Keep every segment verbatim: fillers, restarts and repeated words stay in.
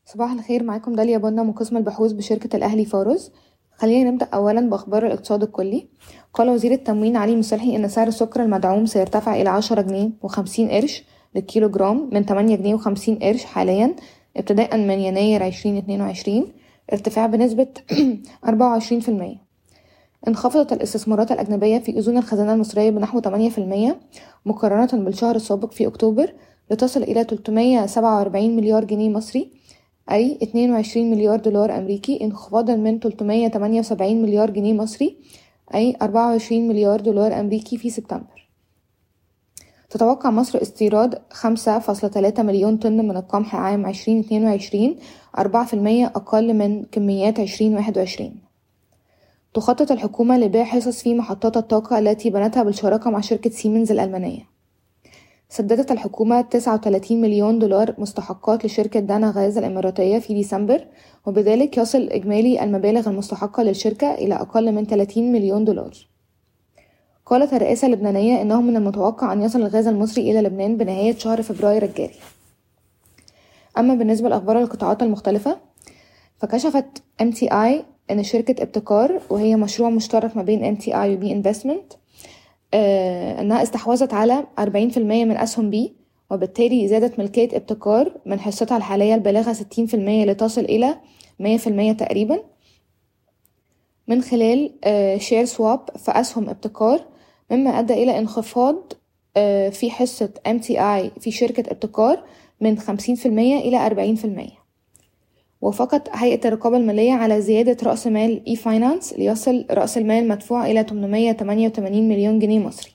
صباح الخير، معاكم داليا بنا من قسم البحوث بشركة الأهلي فاروز. خلينا نبدأ أولا بأخبار الاقتصاد الكلي. قال وزير التموين علي مصلحي إن سعر السكر المدعوم سيرتفع إلى عشرة جنيه وخمسين قرش للكيلو جرام من تمانية جنيه وخمسين قرش حاليا ابتداء من يناير عشرين اتنين وعشرين، ارتفاع بنسبة أربعة وعشرين في المية. انخفضت الاستثمارات الأجنبية في أذون الخزانة المصرية بنحو ثمانية في المية مقارنة بالشهر السابق في أكتوبر، لتصل إلى ثلاثمية وسبعة وأربعين مليار جنيه مصري، أي اتنين وعشرين مليار دولار أمريكي، انخفاضا من ثلاثمية وتمانية وسبعين مليار جنيه مصري أي أربعة وعشرين مليار دولار أمريكي في سبتمبر. تتوقع مصر استيراد خمسة فاصلة ثلاثة مليون طن من القمح عام عشرين اتنين وعشرين، أربعة في المية أقل من كميات عشرين واحد وعشرين. تخطط الحكومة لبيع حصص في محطات الطاقة التي بنتها بالشراكة مع شركة سيمنز الألمانية. سددت الحكومة تسعة وثلاثين مليون دولار مستحقات لشركة دانا غاز الإماراتية في ديسمبر، وبذلك يصل إجمالي المبالغ المستحقة للشركة إلى أقل من ثلاثين مليون دولار. قالت الرئاسة اللبنانية إنه من المتوقع أن يصل الغاز المصري إلى لبنان بنهاية شهر فبراير الجاري. أما بالنسبة لأخبار القطاعات المختلفة، فكشفت إم تي آي أن شركة ابتكار، وهي مشروع مشترك ما بين إم تي آي و بي انفستمنت، آه أنها استحوذت على أربعين في المية من أسهم بي، وبالتالي زادت ملكية ابتكار من حصتها الحالية البالغة ستين في المية لتصل إلى مية في المية تقريبا، من خلال آه شير سواب في أسهم ابتكار، مما أدى إلى انخفاض آه في حصة إم تي آي في شركة ابتكار من خمسين في المية إلى أربعين في المية. وافقت هيئة الرقابة المالية على زيادة رأس مال اي فاينانس ليصل رأس المال المدفوع إلى ثمنمية وتمانية وتمانين مليون جنيه مصري.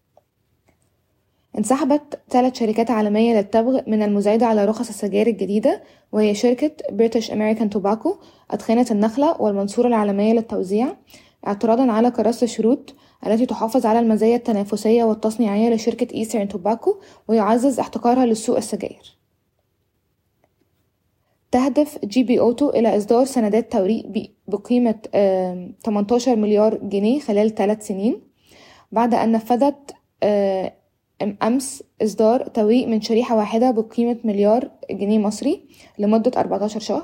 انسحبت ثلاث شركات عالمية للتبغ من المزايدة على رخص السجائر الجديدة، وهي شركة بريتش أمريكان توباكو، أدخنة النخلة، والمنصورة العالمية للتوزيع، اعتراضا على كراسة الشروط التي تحافظ على المزايا التنافسية والتصنيعية لشركة إيسترن توباكو ويعزز احتكارها للسوق السجائر. تهدف جي بي أوتو إلى إصدار سندات توريق بقيمة تمنتاشر مليار جنيه خلال ثلاث سنين، بعد أن نفذت أمس إصدار توريق من شريحة واحدة بقيمة مليار جنيه مصري لمدة أربعتاشر شهر.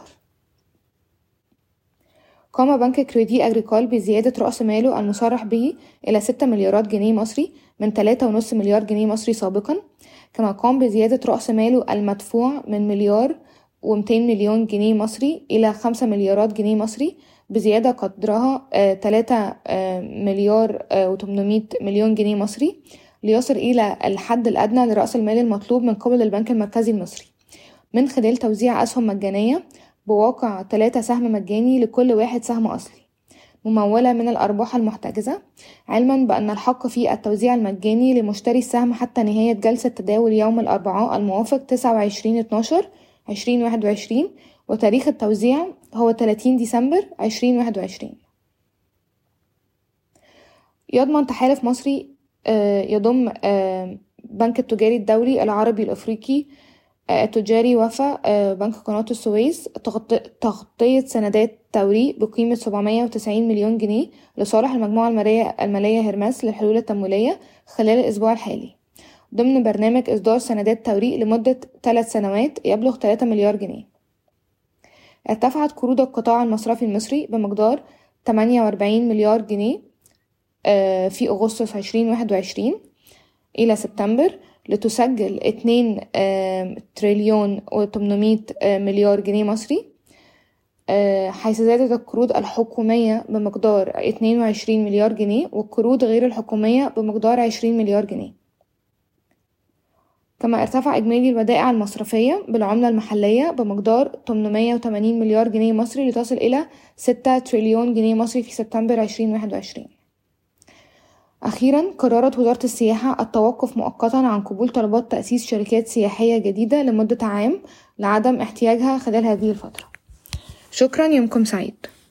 قام بنك كريدي أغريكول بزيادة رأس ماله المصرح به إلى ستة مليارات جنيه مصري من ثلاثة ونصف مليار جنيه مصري سابقا، كما قام بزيادة رأس ماله المدفوع من مليار ومتين مليون جنيه مصري إلى خمسة مليارات جنيه مصري، بزيادة قدرها ثلاثة مليار وتمنمية مليون جنيه مصري، ليصل إلى الحد الأدنى لرأس المال المطلوب من قبل البنك المركزي المصري، من خلال توزيع أسهم مجانية بواقع ثلاثة سهم مجاني لكل واحد سهم أصلي ممولة من الأرباح المحتجزة، علما بأن الحق في التوزيع المجاني لمشتري السهم حتى نهاية جلسة تداول يوم الأربعاء الموافق تسعة وعشرين اتناشر عشرين واحد وعشرين، وتاريخ التوزيع هو ثلاثين ديسمبر عشرين واحد وعشرين. يضمن تحالف مصري يضم بنك التجاري الدولي العربي الأفريقي التجاري وفا بنك قناة السويس تغطية سندات توريق بقيمة سبعمية وتسعين مليون جنيه لصالح المجموعة المالية هرمس للحلول التمويلية خلال الأسبوع الحالي، ضمن برنامج إصدار سندات توريق لمدة ثلاث سنوات يبلغ ثلاثة مليار جنيه. ارتفعت قروض القطاع المصرفي المصري بمقدار ثمانية وأربعين مليار جنيه في أغسطس عشرين واحد وعشرين إلى سبتمبر، لتسجل اتنين تريليون وتمنمية مليار جنيه مصري، حيث زادت القروض الحكومية بمقدار اتنين وعشرين مليار جنيه والقروض غير الحكومية بمقدار عشرين مليار جنيه. كما ارتفع إجمالي الودائع المصرفية بالعملة المحلية بمقدار ثمنمية وتمانين مليار جنيه مصري لتصل إلى ستة تريليون جنيه مصري في سبتمبر عشرين واحد وعشرين. أخيرا، قررت وزارة السياحة التوقف مؤقتا عن قبول طلبات تأسيس شركات سياحية جديدة لمدة عام لعدم احتياجها خلال هذه الفترة. شكرا، يومكم سعيد.